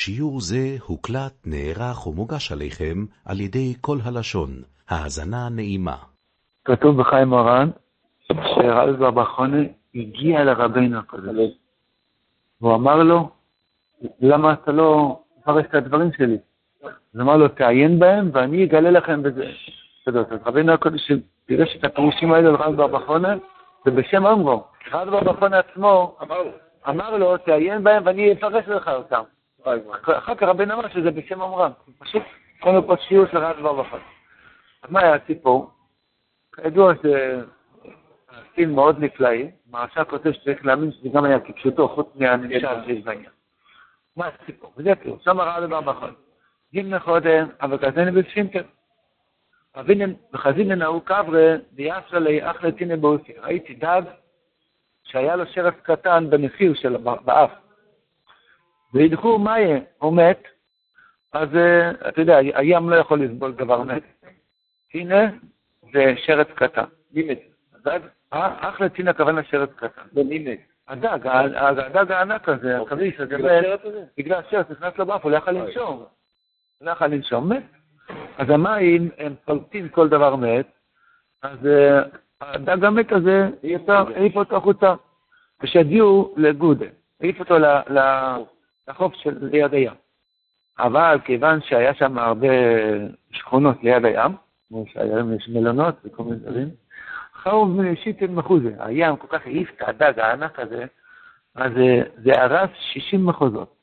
שיעור זה הוקלט, נערך ומוגש עליכם על ידי כל הלשון. האזנה נעימה. כתוב בחיים מורן שרבי בר בר חונה הגיע לרבינו הקדוש. והוא אמר לו, למה אתה לא מפרש את הדברים שלי? אז אמר לו, תעיין בהם ואני אגלה לכם בזה. אז רבינו הקדוש פירש את הפירושים האלה לרבי בר בר חונה, ובשם אומרו. רבי בר בר חונה עצמו אמר לו, תעיין בהם ואני אפרש לך אותם. אחר כך רבינו אמר שזה בשם אומרם. פשוט קודם פה שיעור של רבי בר בר חונה. אז מה היה הסיפור? כידוע סטילס מאוד נפלאי, מהרש"א כותב שצריך להאמין שזה גם היה כפשוטו, חוץ מהנמשל שיש בעניין. מה הסיפור? וזה כאילו, שם רבי בר בר חונה. גימנה חודם, אבל כזינו בפשימתר. וחזינן ההוא קברה, ויעשה לי אחלה תינה באוסי. ראיתי דג שהיה לו שרץ קטן במחיר שלו, באף. וידחו מה יהיה? הוא מת. אז אתה יודע, הים לא יכול לסבול דבר מת. הנה, זה שרץ קטן. מי מת? הדג? אחלה תינה כוונה שרץ קטן. ומי מת? הדג הענק הזה, הכביש הזה, בגלל השרץ נכנס לו באף, הוא לא יכול לנשום. לא יכול לנשום, מת. אז המים הם פולטים כל דבר מת, אז הדג המת הזה העיף אותו החוצה, ושהגיעו לגודה, העיף אותו לחוף של ליד הים. אבל כיוון שהיה שם הרבה שכונות ליד הים, כמו שהיום יש מלונות וכל מיני דברים, חרוב משיטן מחוזה, הים כל כך העיף את הדג הענק הזה, אז זה הרס 60 מחוזות.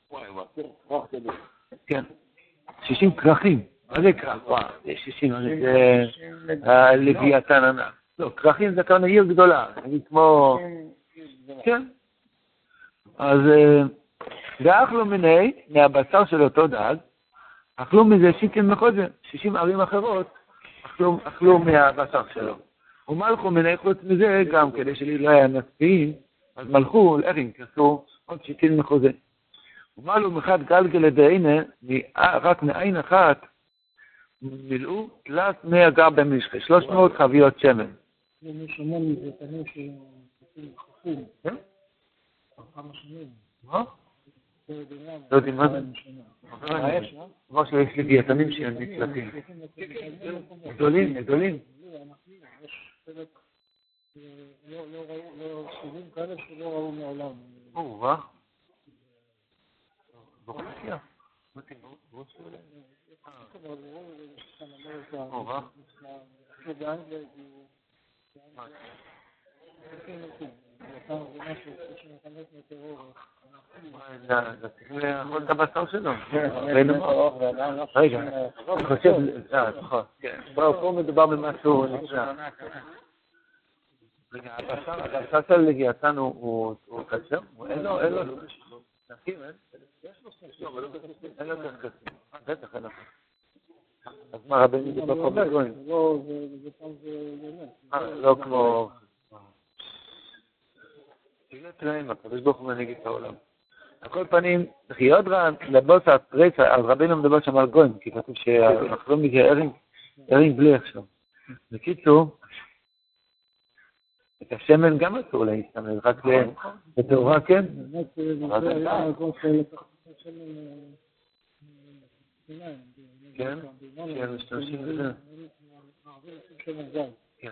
כן, 60 כרכים. מה זה כרך? זה 60, זה הלוויתן ענק. לא, כרכים זה כאן עיר גדולה, נגיד כמו... כן. אז ואכלו מיני, מהבשר של אותו דג, אכלו מזה 60 מחוזות, 60 ערים אחרות, אכלו מהבשר שלו. ומלכו מיני חוץ מזה, גם כדי שלי לא היה נספיים, אז מלכו לארין, כעשו עוד 60 מחוזות. ומלו מחד גלגל דהינה, רק מעין אחת, מילאו תלת 100 גר במשחה, 300 חביות שמן. זה משמון מזה, תנים שהם חופים. כן? כמה שנים. מה? לא יודעים מה זה? כמו שיש לוויתנים שהם נצלטים. גדולים. יש חלק, לא סוגים כאלה שלא ראו מעולם. מה? ברוכיה. מה תראו? זה צריך לאכול את הבשר שלו. רגע, אני חושב, נכון. פה מדובר במשהו נפלא. רגע, הבשר של לוויתן הוא קשר? אין לו נסים, אין? יש לו סנסים, אבל לא קסים. אין לו קסים. בטח, אין לו קסים. אז מה, רבנים זה לא חובר גויים? לא, זה פעם זה באמת. לא כמו... תראה תראים, הקדוש ברוך הוא מנהיג את העולם. על כל פנים, חיות רן, לבוס הרצה, אז רבינו מדבר שם על גויים, כי כתוב שאנחנו מזה ערים בלי עכשיו. בקיצור, את השמן גם אסור להסתמל, רק בתאורה כן. כן, כן, משתמשים בזה. כן.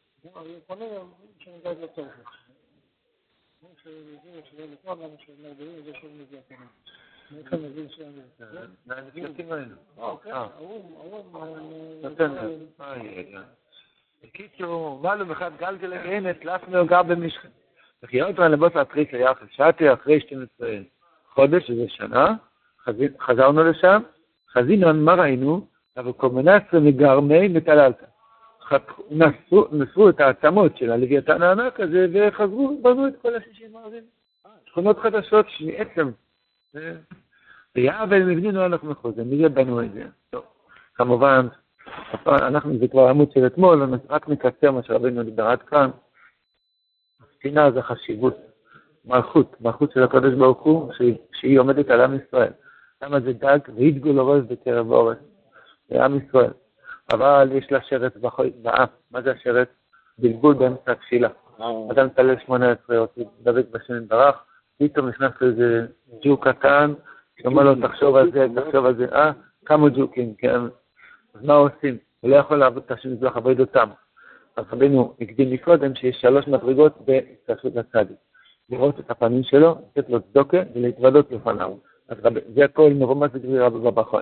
בקיצור, מה לו מחד גלגל להנה, תלת מעוגר במשכן. וחיות רן לבוס התריס ליחד, שעתי אחרי 12 חודש, שזה שנה, חזרנו לשם, חזינון, מה ראינו? אבל קומנסה מגרמי מטללתה. נסרו את העצמות של הלוויתן הענק הזה, וחזרו, בנו את כל ה-60 ערים. שכונות חדשות מעצם. ויעבל מבנינו אנחנו מחוזים, מזה בנו את זה. טוב, כמובן, זה כבר עמוד של אתמול, רק מקצר מה שרבינו דיבר עד כאן. הספינה זה חשיבות, מלכות של הקדוש ברוך הוא, שהיא עומדת על עם ישראל. למה זה דג והתגול אורז בקרב אורז, לעם ישראל. אבל יש לה שרץ באף. מה זה השרץ? בלבול באמצע התפילה. אדם תלל 18, דבק בשם ברך, פתאום נכנס לאיזה ג'ו קטן, שאומר לו, תחשוב על זה, כמה ג'וקים, כן? אז מה עושים? הוא לא יכול לעבוד את השם מזבח, עבוד אותם. אז רבינו הקדים מקודם שיש 3 מדרגות בהתקשרות לצדיק. לראות את הפנים שלו, לתת לו צדוקה ולהתוודות לפניו. אז זה הכל מרומז בדברי רבי בבחון.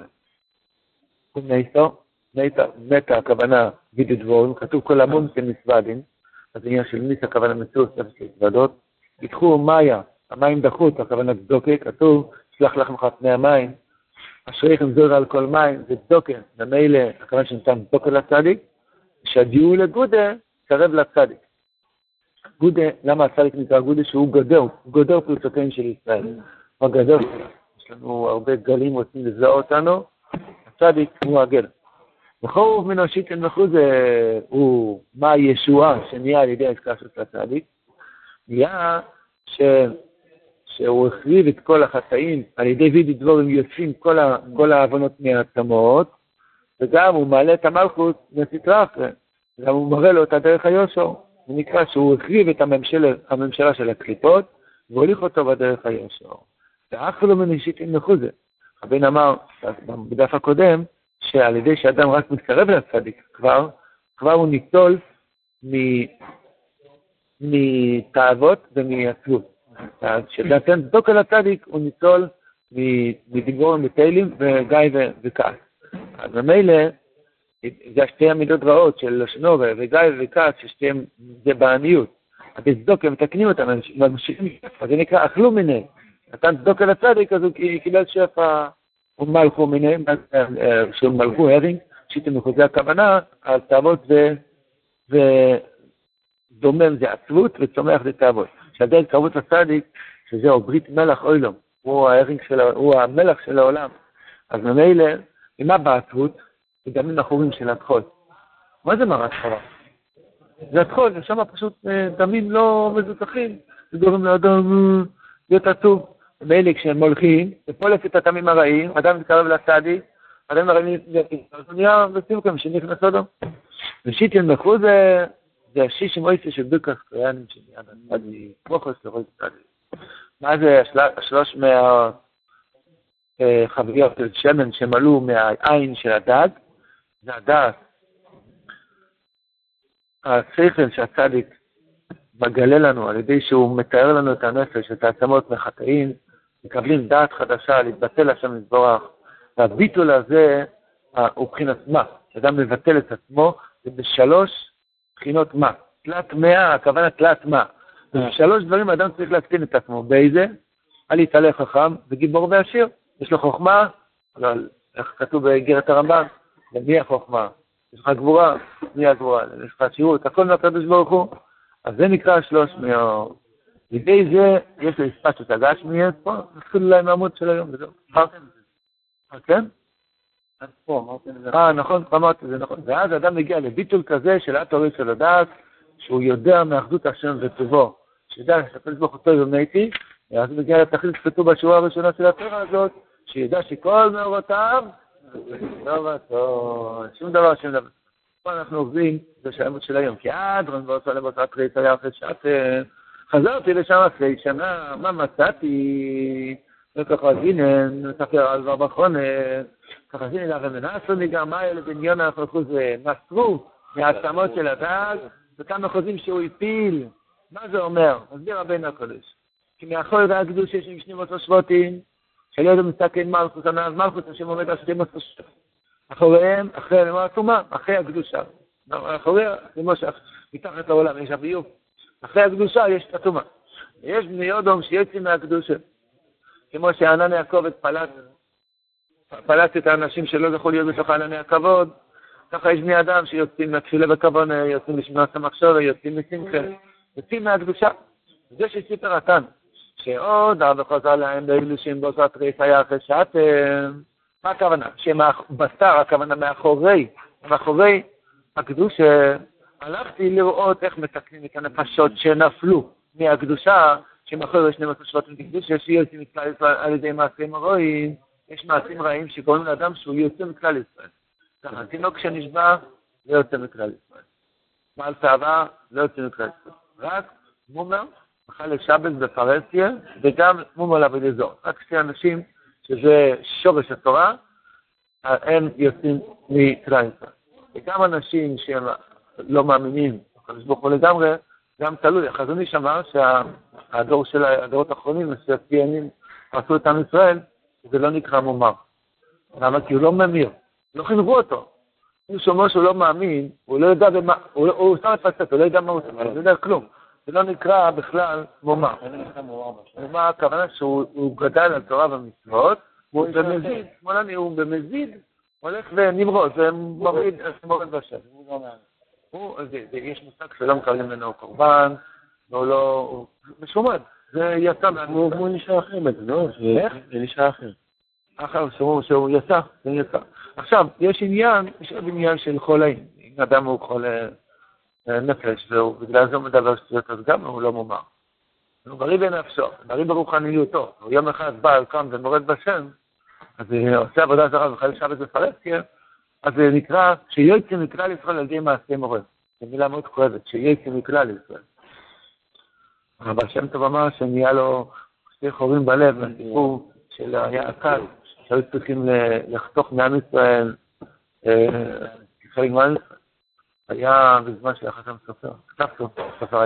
מתה הכוונה וידו דבורים, כתוב כל המון כמצוודין, אז עניין של ניס הכוונה מצוות להתוודות. ייקחו מאיה, המים דחות, הכוונה צדוקה, כתוב שלח לך לך פני המים, אשריכם זוהר על כל מים, זה צדוקה, ממילא הכוונה שניתן צדוקה לצדיק, שהדיור לגודה קרב לצדיק. גודה, למה הצדיק נקרא גודה? שהוא גודר פרצותיהם של ישראל. הוא הגדר שלנו. יש לנו הרבה גלים רוצים לזהות אותנו, הצדיק הוא הגדר. וחורב מן השיטן מחוזה הוא מה הישועה שנהיה על ידי העסקה של הצדיק, נהיה שהוא החריב את כל החטאים, על ידי וידי דבורים יוצאים כל העוונות מהעצמות, וגם הוא מעלה את המלכות מהסטרה אחרי, גם הוא מראה לו את הדרך היושר, זה נקרא שהוא החריב את הממשלה של הקליפות, והוליך אותו בדרך היושר. ואחלו מן השיטן מחוזה. הבן אמר בדף הקודם, שעל ידי שאדם רק מתקרב לצדיק, כבר הוא ניטול מתאוות ומעצבות. כשנתן צדוקה לצדיק, הוא ניטול מדיבורים בתהילים וגיא וכעס. אז ממילא, זה שתי המידות רעות של לשנו וגיא וכעס, ששתיהם זה בעניות. אז צדוקה מתקנים אותם, ממשיכים, אז זה נקרא אכלו מיני. נתן צדוקה לצדיק, אז הוא קיבל שפע, הוא מלכו מיני, שהוא מלכו הרינג, שיטה מחוזה הכוונה, על תאוות ודומם זה עצבות וצומח זה תאוות. שהדרך קרבות לצדיק, שזהו ברית מלך אוילום, הוא המלך של העולם. אז ממילא, ומה בעצבות? בדמים אחורים של התחול. מה זה מרת חרה? זה התחול, שם פשוט דמים לא מזותחים, זה גורם לאדם להיות עצוב. ממילא כשהם הולכים, לפולף את התמים הרעים, אדם מתקרב לצדיק, אדם הרעים נהיה וסימכם שנכנס אדם. ושיטין מחוז זה השישים מויסי של ברכס קריאנים שמיד הצדיק, פרוחס לראות צדיק. מה זה 300 חביות של שמן שמלאו מהעין של הדג? זה הדג. השכל שהצדיק מגלה לנו על ידי שהוא מתאר לנו את הנפש, את העצמות מחטאים, מקבלים דעת חדשה, להתבטל השם יתברך. והביטול הזה הוא בחינת מה? שאדם מבטל את עצמו, זה בשלוש בחינות מה. תלת מאה, הכוונה תלת מה. בשלוש דברים האדם צריך להקטין את עצמו. באיזה? על יתעלה חכם וגיבור ועשיר. יש לו חוכמה, אבל איך כתוב בגרת הרמב"ן? למי החוכמה? יש לך גבורה? מי הגבורה? יש לך עשירות? הכל מהקדוש ברוך הוא. אז זה נקרא 300. לידי זה יש לו הספשת הגשמי פה, נתחיל אולי מהעמוד של היום, וזהו. כן? נכון, אמרתי, זה נכון. ואז האדם מגיע לביטול כזה של התורה של הדעת, שהוא יודע מאחדות השם וטובו, שידע שהקדוש ברוך הוא טוב ומתי, ואז הוא מגיע לתכלית כתוב בשורה הראשונה של התורה הזאת, שידע שכל מאורותיו, שום דבר. פה אנחנו עוברים, זה שהעמוד של היום, כי רון ועושה לבוצעת רית היה אחרי שעתם, חזרתי לשם אחרי שנה, מה מצאתי? וככה הנה, נספר על דבר בחונה, ככה הנה לה ומנסו ניגר, מה אלה בניון האחוז נסרו מהעצמות של הדג, וכמה חוזים שהוא הפיל. מה זה אומר? מסביר רבינו הקודש. כי מאחורי הקדוש יש עם 12 שבטים, שלא יודע מסתכל מלכות, אז מלכות השם עומד על 12 שבטים. אחריהם, אחרי העצומה, אחרי הקדושה. אחריה, כמו שמתחת לעולם יש הביוב. אחרי הקדושה יש עצומה. יש בני אדם שיוצאים מהקדושה. כמו שענני הכובד פלט את האנשים שלא זכו להיות בתוך ענני הכבוד, ככה יש בני אדם שיוצאים מהתפילה בכוון, יוצאים לשמיעת המחשבה, יוצאים משמחה, יוצאים מהקדושה. זה שסיפר התן, שעוד וחוזר להם באילו שהם בוזת ריס היה אחרי שעתם. מה הכוונה? שבשר, הכוונה מאחורי הקדושה, הלכתי לראות איך מתקנים את הנפשות שנפלו מהקדושה, שמאחורי 12 שבטים בקדושה, שיוצאים מכלל ישראל על ידי מעשים הרעים, יש מעשים רעים שגורמים לאדם שהוא יוצא מכלל ישראל. ככה, תינוק שנשבע, לא יוצא מכלל ישראל. מעל תאווה, לא יוצא מכלל ישראל. רק מומר, אכל לשבת בפרסיה, וגם מומר לעבוד אזור. רק שתי אנשים שזה שורש התורה, הם יוצאים מכלל ישראל. וגם אנשים שהם לא מאמינים, הקדוש ברוך הוא לגמרי, גם תלוי. החזון איש אמר שהדורות האחרונים, שהציונים עשו את עם ישראל, זה לא נקרא מומר. למה? כי הוא לא ממיר, לא חינכו אותו. הוא שאומר שהוא לא מאמין, הוא לא יודע במה, הוא סתם מפצט, הוא לא יודע מה הוא עושה, הוא לא יודע כלום. זה לא נקרא בכלל מומר. מומר הכוונה שהוא גדל על תורה ומצוות, הוא במזיד, הולך ונמרוד, ומוריד בשם. יש מושג שלא מקבלים ממנו קורבן, והוא לא... משומד, זה יצא מהנושא. הוא נשאר אחר בזה, לא? איך? זה נשאר אחר. אחר שהוא יצא, זה יצא. עכשיו, יש עוד עניין של חולאים. אם אדם הוא חולה נפש, ובגלל זה הוא מדבר שטויות, אז גם הוא לא מומר. הוא בריא בנפשו, בריא ברוחניותו. הוא יום אחד בא, קם ומורד בשם, אז הוא עושה עבודה זרה וחייל שבת בפרהסיה, אז זה נקרא, שיוצא מכלל ישראל על ידי מעשה מורה. זו מילה מאוד כואבת, שיוצא מכלל ישראל. אבל שם טוב אמר שנהיה לו שתי חורים בלב, הסיפור של היה הקל, שהיו צריכים לחתוך מעם ישראל, כחלק מעם ישראל. היה בזמן של החתם סופר, כתבתו, סופר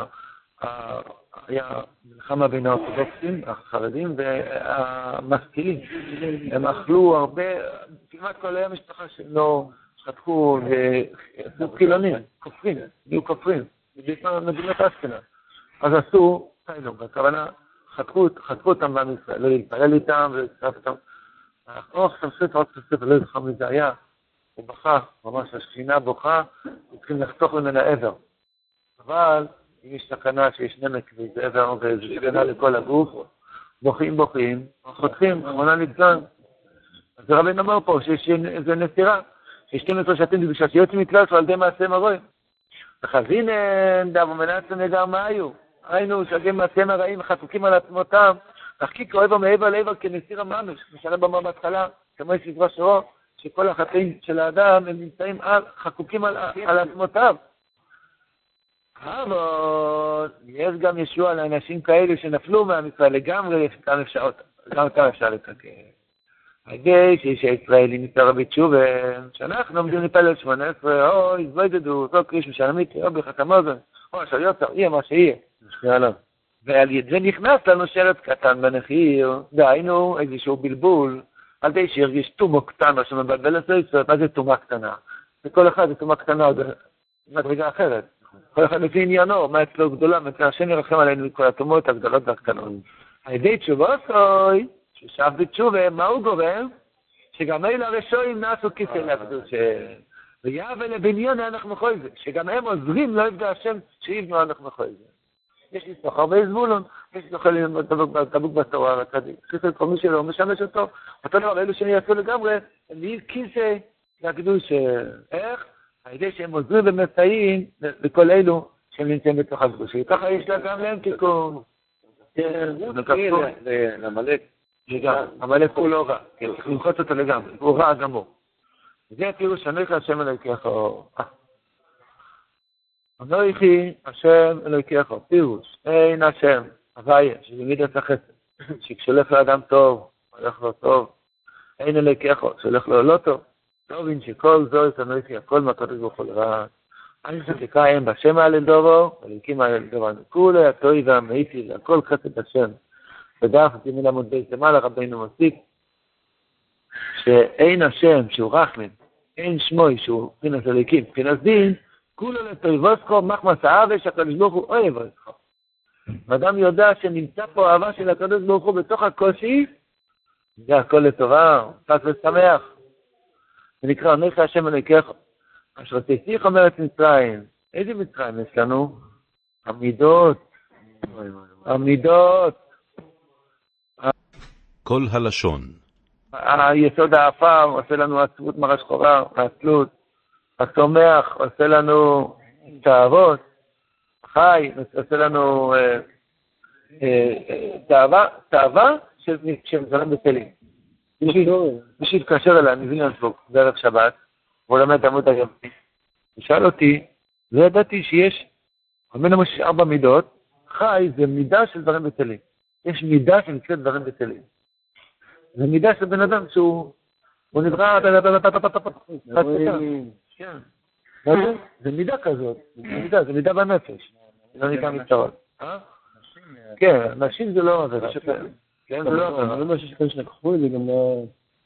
היה מלחמה בין האורתודוקסים, החרדים והמשכילים. הם אכלו הרבה, כמעט כל היה משפחה שלא שתקו ועשו חילונים, כופרים, נהיו כופרים, מדינת אשכנז. אז עשו סיילום, בכוונה חתכו אותם בעם ישראל, לא להתפלל איתם ולצטרף אותם. עוד ספר, לא זוכר מי זה היה, הוא בכה, ממש השכינה בוכה, צריכים לחתוך ממנה עבר. אבל אם יש סכנה שיש נמק ואיזה עבר ואיזה סכנה לכל הגוף, בוכים, חותכים, אמונה לגזן. אז רבינו אמר פה שיש איזו נסירה, שיש 12 שתים בשביל שיוצאים מכלל על ידי מעשה מרוי. וחזינן, דאבו מנצה נגר מה היו? היינו שעל מעשיהם הרעים חתוקים על עצמותם, תחקיק אוהב מעבר לעבר כנסיר הממש, משנה במה בהתחלה, כמו יש סדרה שלו, שכל החטאים של האדם הם נמצאים חקוקים על עצמותיו. אבל יש גם ישוע לאנשים כאלה שנפלו מהמצווה לגמרי, גם אפשר לתקן. הידי שיש הישראלים יותר בתשובה, שאנחנו עומדים לפעול 18, אוי, זוידדו, זו קריש משלמית, או בחתמוזן, או אשר יוצר, יהיה מה שיהיה. ועל ידי נכנס לנו שרץ קטן בנחיר, דהיינו איזשהו בלבול, על די שירגיש תומו קטנה שמבלבל את זה, מה זה תומה קטנה? וכל אחד זה תומה קטנה, זה מדרגה אחרת. כל אחד לפי עניינו, מה אצלו גדולה, השם ירחם עלינו מכל התומות הגדולות והקטנות. על ידי תשובה סוי, ששב בתשובה, מה הוא גורם? שגם אלה הרשועים נעשו כיסא לעבדות, ויעבל לבניון אנחנו מכל זה, שגם הם עוזרים לא יבדע השם שיבנו אנחנו מכל זה. יש לי סוחר בזבולון, יש לי סוחר דבוק בתורה, כיסא כל מי שלא משמש אותו, אותו דבר, אלו שיעשו לגמרי, הם נהיים כיסא לקדוש. איך? על ידי שהם עוזרים ומסייעים לכל אלו שהם נמצאים בתוך הקדוש. ככה יש לה גם להם תיקון. למלך. המלך הוא לא רע, צריך למחוץ אותו לגמרי, הוא רע גמור. וזה הפירוש אנוכי השם אלוהיכך. אנוכי השם אלוהיכך, פירוש, אין השם, הוויה, שבמידת החסד, שכשהולך לאדם טוב, הולך לו טוב, אין אלוהיכך, שהולך לו לא טוב, טובין שכל זו את אנוכי, הכל מהקדוש ברוך הוא לרע. אני שתקרא הם בשם העל דובו, אלוהיקים העל דובו, כולי הטוי והמאיתי, הכל חסד השם. ודרך תימי לעמוד בית למעלה רבינו מוסיף שאין השם שהוא רחמן, אין שמוי שהוא מבחינת אלוהיקים, מבחינת דין, כולו לטויבוסכו מחמס האהבה שהקדוש ברוך הוא אוהב אותך. ואדם יודע שנמצא פה אהבה של הקדוש ברוך הוא בתוך הקושי, זה הכל לטובה, פס ושמח. זה נקרא אנוכי השם אלוהיכך. אשר תשיך אומרת מצרים, איזה מצרים יש לנו? המידות. כל הלשון. היסוד האפר עושה לנו עצבות מרה שחורה, העצלות. הצומח עושה לנו תאוות. חי עושה לנו תאווה שמזלם בצלים. מי שהתקשר אליי מוויליאמסבורג בערב שבת, והוא למד עמוד הגבי, הוא שאל אותי, לא ידעתי שיש, אמרנו שיש 4 מידות, חי זה מידה של דברים בצלים. יש מידה שנקראת דברים בצלים. זה מידה של בן אדם שהוא נברא, כן. זה מידה כזאת, זה מידה בנפש. זה לא נקרא מצטרות. כן, נשים זה לא עבירה. כן, זה לא עבירה. לא משהו שכאן שלקחו את זה גם לא...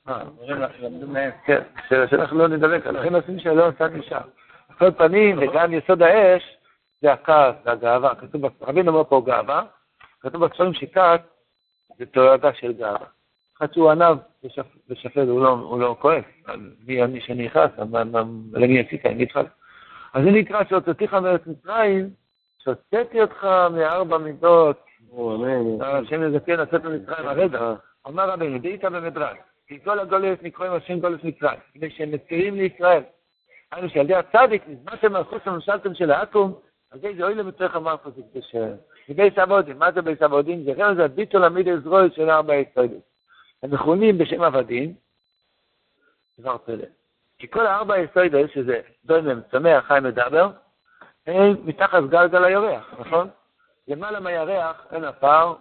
כן, שאנחנו לא נדלק, לכן עושים שלא עושה אישה. כל פנים, וגם יסוד האש, זה הכעס, זה הגאווה. רבינו אומר פה גאווה, כתוב בספרים שכעס זה תולדה של גאווה. אחד שהוא ענב ושפל, הוא לא כועס. מי אני שאני נכנס, למי עשית, אני נדחק. אז זה נקרא שהוצאתיך מארץ מצרים, שהוצאתי אותך מארבע מידות. השם יזכן, לצאת ממצרים הרגע. אמר רבינו, דאית במדרש, כי כל הגולת נקראים השם גולת מצרים, כדי שהם מזכירים לישראל. היינו שעל ידי הצדיק, נזמתם מלכות הממשלתם של העקום, על זה אוי למצריך אמר פה זה קשר. בייס עבודים, מה זה בייס עבודים? זה לכן זה ביטו למיד עזרוי של ארבע יסודים. הם מכונים בשם עבדים, דבר פלא. כי כל הארבע יסודים, שזה דוינם, צמח, חי מדבר, הם מתחת גלגל הירח, נכון? למעלה מהירח אין הפר,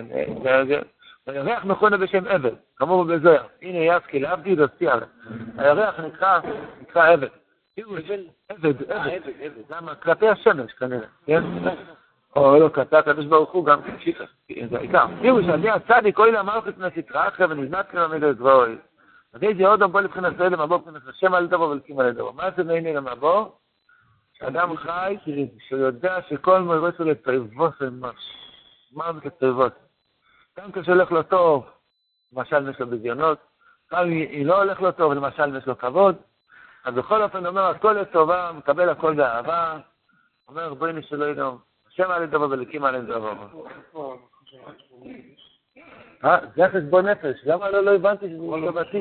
הירח מכונה בשם עבד, כמו בזויה. הנה יסקי לעבדי דוסי עליו. הירח נקרא עבד. עבד. למה? כלפי השמש כנראה, כן? או לא, כלפי הקדוש ברוך הוא גם שיחה, זה העיקר. תראו שעדי הצדיק אוי למלכות נסתרא אחרי ונזנת כלמד עזרוי. אז זה עוד בוא לבחינת ישראל למבוא, לבחינת השם על דבו ולקים על דבו. מה זה נהנה למבוא? שאדם חי, שיודע שכל מוירס הוא לטריבות, מה זה לטריבות? גם כשהולך לו טוב, למשל יש לו בזיונות, גם אם לא הולך לו טוב, למשל יש לו כבוד, אז בכל אופן אומר, הכל לטובה, מקבל הכל באהבה, אומר, בואי נשאלו ידום, השם על דבו ולקים על דבו. זה חשבון נפש, למה לא הבנתי שזה טובתי?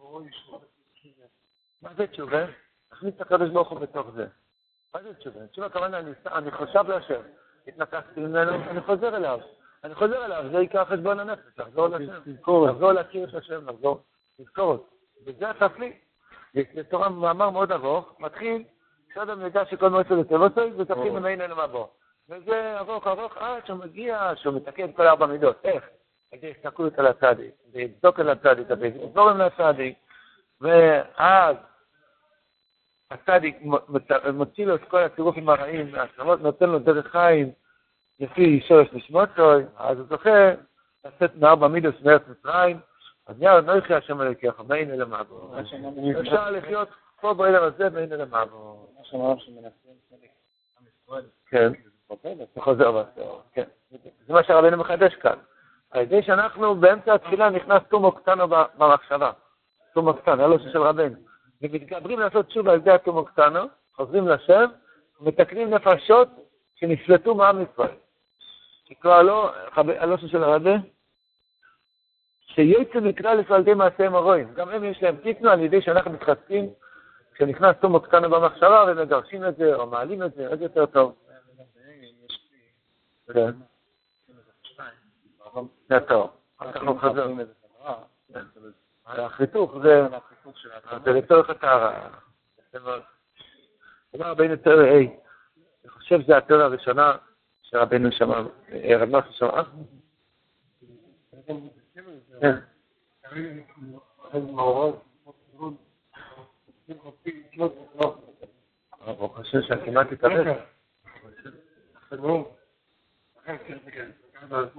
מה זה תשובה? הכניס את הקדוש ברוך הוא בתוך זה. מה זה תשובה? תשובה כמובן, אני חושב להשם, התנתקתי ממנו, אני חוזר אליו, זה יקרה חשבון הנפש, לחזור להשם, לחזור להכיר את השם, לחזור, לזכור אותו. וזה התכלית. זה תורה מאמר מאוד ארוך, מתחיל, שאדם ידע שכל מועצה לטבעותוי, ותתחיל ממנו למבוא. וזה ארוך, עד שהוא מגיע, שהוא מתקן כל ארבע מידות. איך? כדי הסתכלות על הצדיק, כדי לבדוק על הצדיק, כדי לבדוק על הצדיק, ואז הצדיק מוציא לו את כל הצירופים הרעים, נותן לו דרך חיים, לפי שורש נשמותוי, אז הוא זוכה לצאת מארבע מידות מארץ מצרים, אז נהיה נויכי השם אלוקיך, מעין אל המעבור. אפשר לחיות פה בעולם הזה, מעין אל המעבור. מה שאמרנו שמנסים צדיק, עם ישראל. כן. זה חוזר בסדר, כן. זה מה שהרבנו מחדש כאן. על ידי שאנחנו באמצע התפילה נכנס תומו קטנו במחשבה. תומו קטנו, הלא של רבנו. ומתגברים לעשות שוב על ידי התומו קטנו, חוזרים לשם, ומתקנים נפשות שנפלטו מעם ישראל. תקרא לו, הלא של הרבנו, שיוצא מקרא לפעלתי מעשיהם הרואים. גם הם יש להם תיקנו על ידי שאנחנו מתחזקים, כשנכנס תומו קטנו במחשבה ומגרשים את זה, או מעלים את זה, עוד יותר טוב. כן. זה טוב. אנחנו חזרים. החיתוך זה לצורך הטהרה. אומר רבינו תראה, אני חושב שזה התורה הראשונה שרבינו שמע, רבנו שמע. כן. הוא חושב שהכמעט התאבד. אז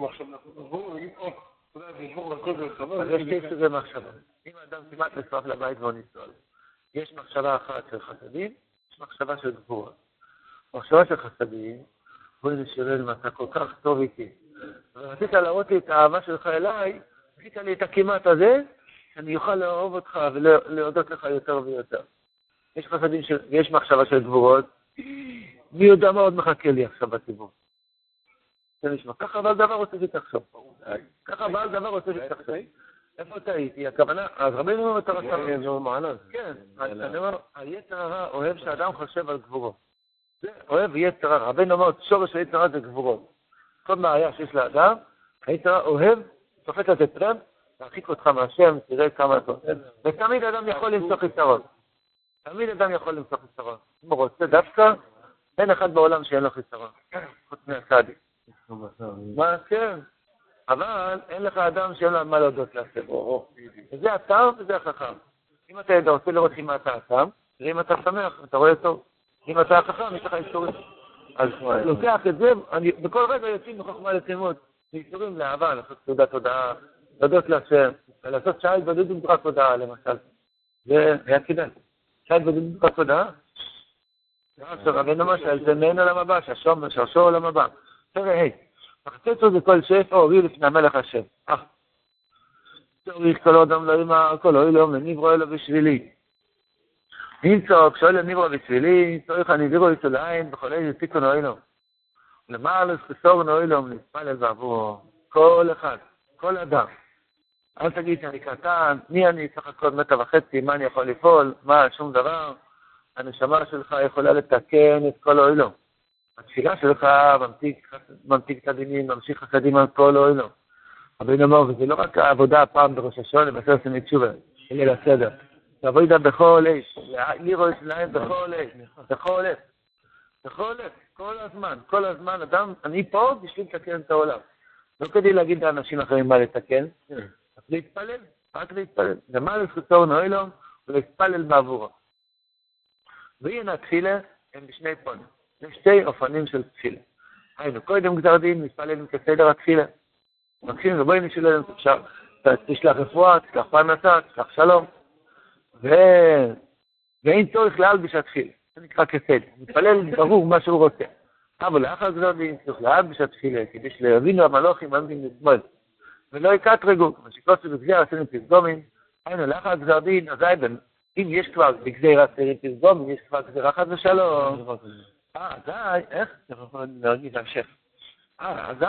יש שתי סוגי מחשבה. אם האדם כמעט נשרף לבית והוא ניצול, יש מחשבה אחת של חסדים, יש מחשבה של גבורה. מחשבה של חסדים, בואי נשאל אם אתה כל כך טוב איתי, ורצית להראות לי את האהבה שלך אליי, רצית לי את הכמעט הזה, שאני אוכל לאהוב אותך ולהודות לך יותר ויותר. יש חסדים, יש מחשבה של גבורות, מי יודע מה עוד מחכה לי עכשיו בציבור. זה נשמע, ככה אבל דבר רוצה שתחשוב. ככה אבל דבר רוצה שתחשוב. איפה טעיתי? הכוונה, אז רבינו אומר את הרצה. כן, אני אומר, היצר הרע אוהב שאדם חושב על גבורות. זה אוהב יצר הרע. רבינו אומר, שורש היצר הרע זה גבורות. כל בעיה שיש לאדם, היצר הרע אוהב, צוחק על זה טרמפ, להרחיק אותך מהשם, תראה כמה אתה עושה. ותמיד אדם יכול למצוא חיסרון. תמיד אדם יכול למצוא חיסרון. אם הוא רוצה דווקא, אין אחד בעולם שאין לו חיסרון. חוץ מהצדיק. מה? כן. אבל אין לך אדם שאין לו מה להודות להשם. וזה הטעם וזה החכם. אם אתה רוצה לראות אם אתה הטעם, תראה אם אתה שמח, אתה רואה טוב. אם אתה החכם, יש לך איסורים. אז לוקח את זה, בכל רגע יוצאים מחוכמה לתלמוד, איסורים לאהבה, לעשות סעודת תודעה, להודות להשם, ולעשות שעה התבודדות במדרת תודעה, למשל. זה היה כדאי. שעה התבודדות במדרת תודעה? רבינו משל, זה מעין עולם הבא, שרשור עולם הבא. תראה, החצצו זה כל שפע, הוריד לפני המלך השם. צריך כל אדם לא יאמר, כל אוי לא, ונברו אלו בשבילי. נמצא, כשאוי נברו בשבילי, צריך הנבירו איתו לעין, בכל איזה תיקון אוי לו. למער לסכסור נוי לו, נתפלל בעבור כל אחד, כל אדם. אל תגיד שאני קטן, מי אני צריך הכל 1.5 מטר, מה אני יכול לפעול, מה, שום דבר. הנשמה שלך יכולה לתקן את כל אוי לו. התפילה שלך ממתיק את הדינים, ממשיך חסדים על כל אוי לו. אבל נאמר, וזה לא רק העבודה הפעם בראש השונה, בסדר סמית תשובה, ליל הסדר. זה עבודה בכל עת, לירו שלהם בכל עת, בכל עת, בכל עת, כל הזמן, אדם, אני פה בשביל לתקן את העולם. לא כדי להגיד לאנשים אחרים מה לתקן, רק להתפלל. ומה לזכותו נוי לו, ולהתפלל בעבורו. והנה התפילה הם בשני פונים, בשתי אופנים של תפילה. היינו, קודם גזר דין, מתפלל כסדר התפילה. מקשים, ובואי נשאלה, אפשר, תשלח רפואה, תשלח פרנסה, תשלח שלום. ואין צורך להלביש התפילה, זה נקרא כסדר. מתפלל ברור מה שהוא רוצה. אבל לאחר גזר דין, צריך להלביש התפילה, כדי שלהבינו המלוכים עמדים לסבול. ולא יקטרגו, כמו שקוסו בגזיר עשינו פסגומים, היינו, לאחר גזר דין, אזי אם יש כבר בגזיר עשינו פסגומים, יש כבר גזיר אחת ושלום. אזי, איך? אתה יכול להרגיש המשך. אזי,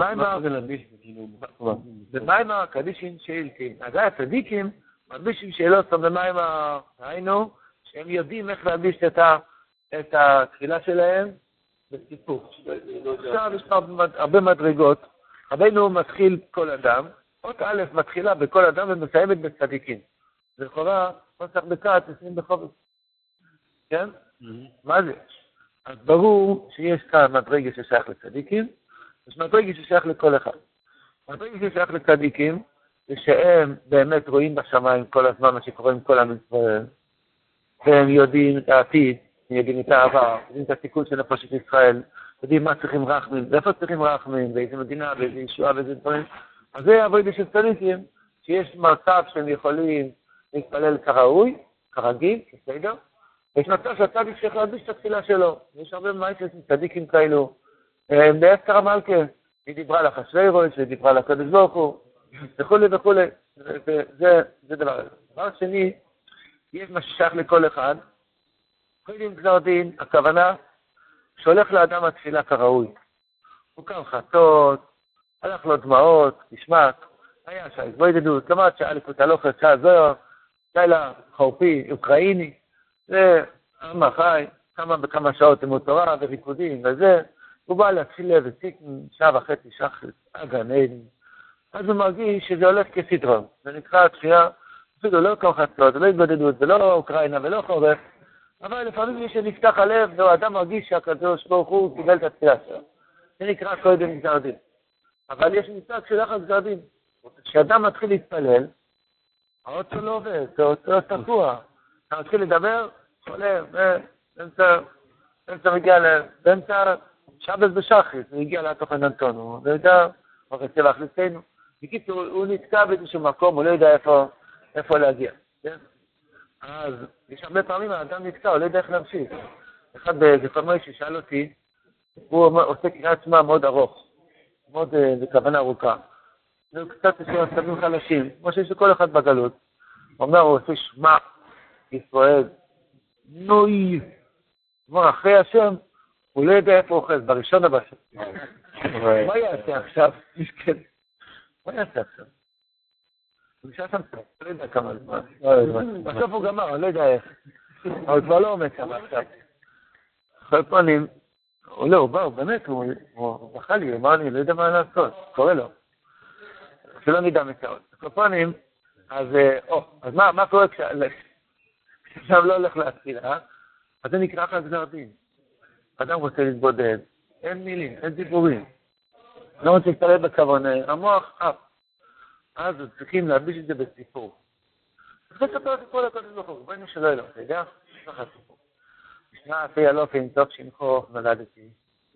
במים הקדישים שאילתים. אזי הצדיקים מלבישים שאלות במים, היינו, שהם יודעים איך להלביש את התחילה שלהם בסיפור. עכשיו יש הרבה מדרגות. רבינו מתחיל כל אדם, אות א' מתחילה בכל אדם ומסיימת בצדיקים. זה לכאורה, נוסח בקעת, נסים בחובץ. כן? מה זה? אז ברור שיש כאן מדרגה ששייך לצדיקים, יש מדרגה ששייך לכל אחד. מדרגה ששייך לצדיקים, זה שהם באמת רואים בשמיים כל הזמן מה שקורה עם כל עם ישראל, והם יודעים את העתיד, הם יודעים את העבר, יודעים את התיקון של נפשות ישראל, יודעים מה צריכים רחמים, ואיפה צריכים רחמים, באיזה מדינה, באיזה ישועה, באיזה דברים. אז זה עבודה של צדיקים, שיש מצב שהם יכולים להתפלל כראוי, כרגיל, כסדר, יש מצב שהצדיק צריך להלביש את התפילה שלו. יש הרבה מייסים צדיקים כאלו. באסתר המלכה, היא דיברה לאחשוורוש, היא דיברה לקדוש ברוך הוא, וכולי וכולי. זה דבר. דבר שני, יש מה ששייך לכל אחד. קודם גזר דין, הכוונה שהולך לאדם התפילה כראוי. הוא קם חטות, הלך לו דמעות, נשמק, היה שעה התבודדות, למד שעה לפות הלוכת, שעה זוהר, לילה חורפי, אוקראיני, זה עם חי, כמה וכמה שעות לימוד תורה וריקודים וזה, הוא בא להתחיל ותיק 1.5 שעה, הגן עדן. אז הוא מרגיש שזה הולך כסדרון, זה נקרא תפילה, אפילו לא כל חצות, לא התבודדות, ולא אוקראינה ולא חורף, אבל לפעמים יש שנפתח הלב, והאדם מרגיש שהקדוש ברוך הוא קיבל את התפילה שלו. זה נקרא קודם גזר דין. אבל יש מושג של אחר גזר דין. כשאדם מתחיל להתפלל, האוטו לא עובד, זה אוטו תקוע. אתה מתחיל לדבר, עולה, באמצע שבת בשחרית, הוא הגיע לתוכן אנטונו, ויודע, הוא רצה להחליטנו. בקיצור, הוא נתקע באיזשהו מקום, הוא לא יודע איפה להגיע. אז יש הרבה פעמים האדם נתקע, הוא לא יודע איך להמשיך. אחד בזכר מוישה ששאל אותי, הוא עושה קריאת שמע מאוד ארוך, מאוד בכוונה ארוכה. הוא קצת יש לו עצבים חלשים, כמו שיש לכל אחד בגלות. הוא אומר, הוא עושה שמע ישראל, נוי. כלומר, אחרי השם, הוא לא יודע איפה הוא אוחז, בראשון הבא שם. מה יעשה עכשיו? מה יעשה עכשיו? הוא נשאר שם, לא יודע כמה זמן. בסוף הוא גמר, אני לא יודע איך. אבל כבר לא עומד שם עכשיו. אחרי פנים, הוא בא, הוא באמת, הוא בכה לי, הוא אמר לי, לא יודע מה לעשות, קורא לו. שלא נדע מצאות. אחרי פנים, אז מה קורה כשאדם לא הולך להתפילה? אז זה נקרא אחר גזר דין. אדם רוצה להתבודד, אין מילים, אין דיבורים. לא רוצה להתערב בכוונה, המוח אף. אז צריכים להלביש את זה בסיפור. אז לספר סיפור לקודש ברוך הוא, בואי שלא אלו, אתה יודע? יש לך סיפור. בשנה פי אלופים, טוב שנחוך, נולדתי.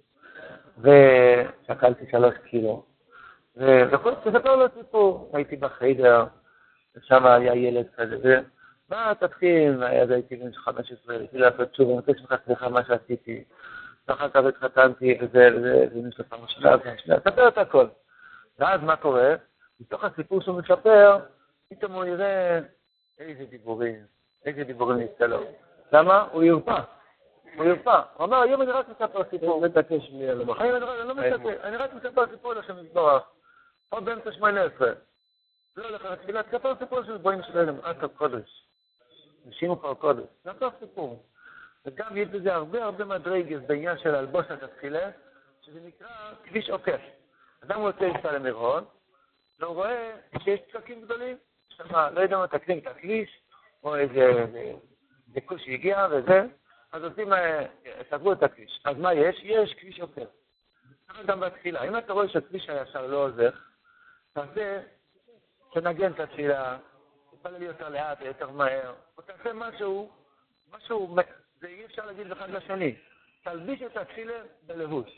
ושקלתי 3 קילו. תספר לו סיפור, הייתי בחיידר, ושם היה ילד כזה, מה תתחיל, אז הייתי בן 15, הייתי לעשות שוב, אני מבקש לך סליחה מה שעשיתי, ואחר כך התחתנתי, וזה, יש לך פעם שלה, תספר את הכל. ואז מה קורה? מתוך הסיפור שהוא מספר, פתאום הוא יראה איזה דיבורים נצא לו. למה? הוא ירפא. הוא אמר, היום אני רק מספר סיפור. הוא מתעקש לי על המחר. אני רק מספר סיפור לכם יתברך. או באמצע 18. לא הולך לתפילה, תספר סיפור של בואים שלהם, עד הקודש. נשים כבר קודש. תספר סיפור. וגם יש בזה הרבה מדרגות בעניין של הלבושת התפילה, שזה נקרא כביש עוקף. אדם רוצה לנסוע למירון, והוא רואה שיש פקקים גדולים. שמה, לא יודע מה תקנים את הכביש, או איזה כוש שהגיע וזה. אז עושים, סגרו את הכביש. אז מה יש? יש כביש עוקף. ככה גם בתחילה. אם אתה רואה שהכביש הישר לא עוזר, תעשה שנגן את התפילה, תתפלל יותר לאט, יותר מהר, או תעשה משהו, זה אי אפשר להגיד אחד לשני. תלביש את התפילה בלבוש.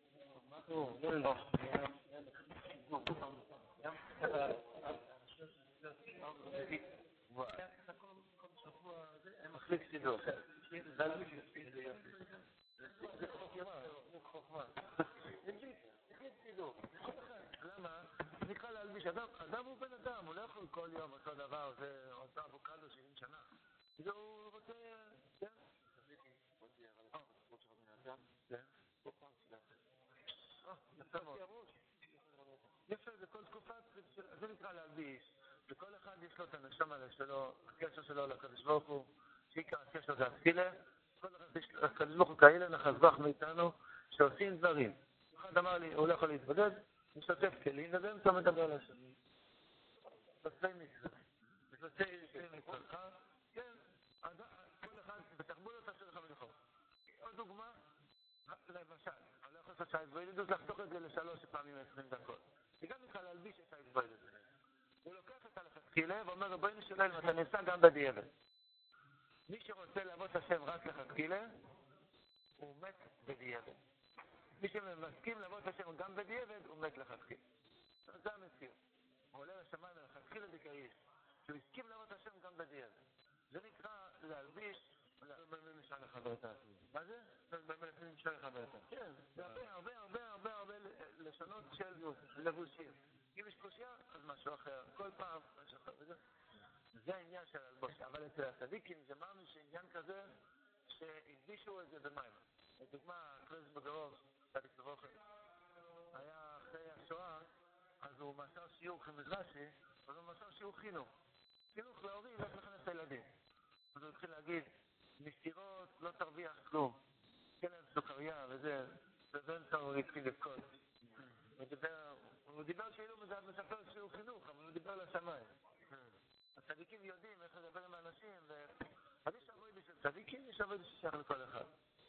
הם מחליק סידור. זה חוכמה. למה? נקרא להלביש. אדם הוא בן אדם, הוא לא יכול כל יום אותו דבר, זה עושה אבוקדו 70 שנה. הוא רוצה... יפה, זה כל תקופה, זה נקרא להלביש. וכל אחד יש לו את הנשמה שלו, הקשר שלו לקדוש ברוך הוא, שעיקר הקשר זה התפילה. כל אחד יש לקדוש ברוך הוא כאלה נחזבח מאיתנו שעושים דברים. אחד אמר לי, הוא לא יכול להתבודד, משתתף כלים, ובאמצע מדבר על השני. תעשי מצוותך, כן, כל אחד, ותחבול אותה שלך מלכות. עוד דוגמה, למשל, אני לא יכול לעשות שההתבודדות, לחתוך את זה ל3 פעמים 20 דקות. וגם נוכל להלביש את ההתבודדות. הוא לוקח את הלכתחילה ואומר, רבונו שלנו, אתה נמצא גם בדיעבד. מי שרוצה לעבוד השם רק לכתחילה, הוא מת בדיעבד. מי שמסכים לעבוד השם גם בדיעבד, הוא מת לכתחילה. זה המסכים. הוא עולה לשמיים לכתחילה דקאיש, שהוא הסכים לעבוד השם גם בדיעבד. זה נקרא להלביש, באמת נשאר לחברתה. מה זה? באמת נשאר לחברתה. כן, זה הרבה לשונות של לבושים. אם יש קושיה, אז משהו אחר. כל פעם, משהו אחר. זה העניין של הלבוש. אבל אצל הצדיקים זה ממש עניין כזה שהלבישו את זה במים. לדוגמה, קרס בגרוב, צדיק לבוכר, היה אחרי השואה, אז הוא מסר שיעור חמזרשי, אז הוא מסר שיעור חינוך. חינוך להורים, איך לחנך את הילדים. אז הוא התחיל להגיד, מסתירות לא תרוויח כלום. כן, סוכריה וזה, ובאמצע הוא התחיל לבכות. הוא דיבר כאילו מספר שיעור חינוך, אבל הוא דיבר לשמיים. הצדיקים יודעים איך לדבר עם האנשים, אז יש עבודה של צדיקים, יש עבודה ששייך לכל אחד.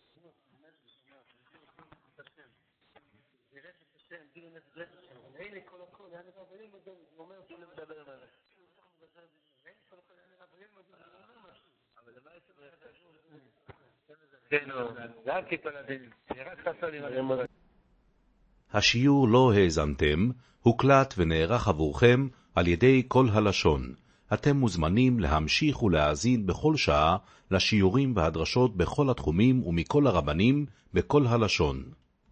זה רשת השם, כאילו נפש רשת השם. הנה כל הכל, היה נראה בלים מדבר, הוא אומר שהוא לא מדבר עם האנשים. הנה כל הכל, היה נראה בלים מדבר, הוא אומר משהו. אבל למה יש שם רשת השם? כן, זה רק כל הדין. זה רק חסר לי מה. השיעור לא האזנתם, הוקלט ונערך עבורכם על ידי כל הלשון. אתם מוזמנים להמשיך ולהאזין בכל שעה לשיעורים והדרשות בכל התחומים ומכל הרבנים בכל הלשון.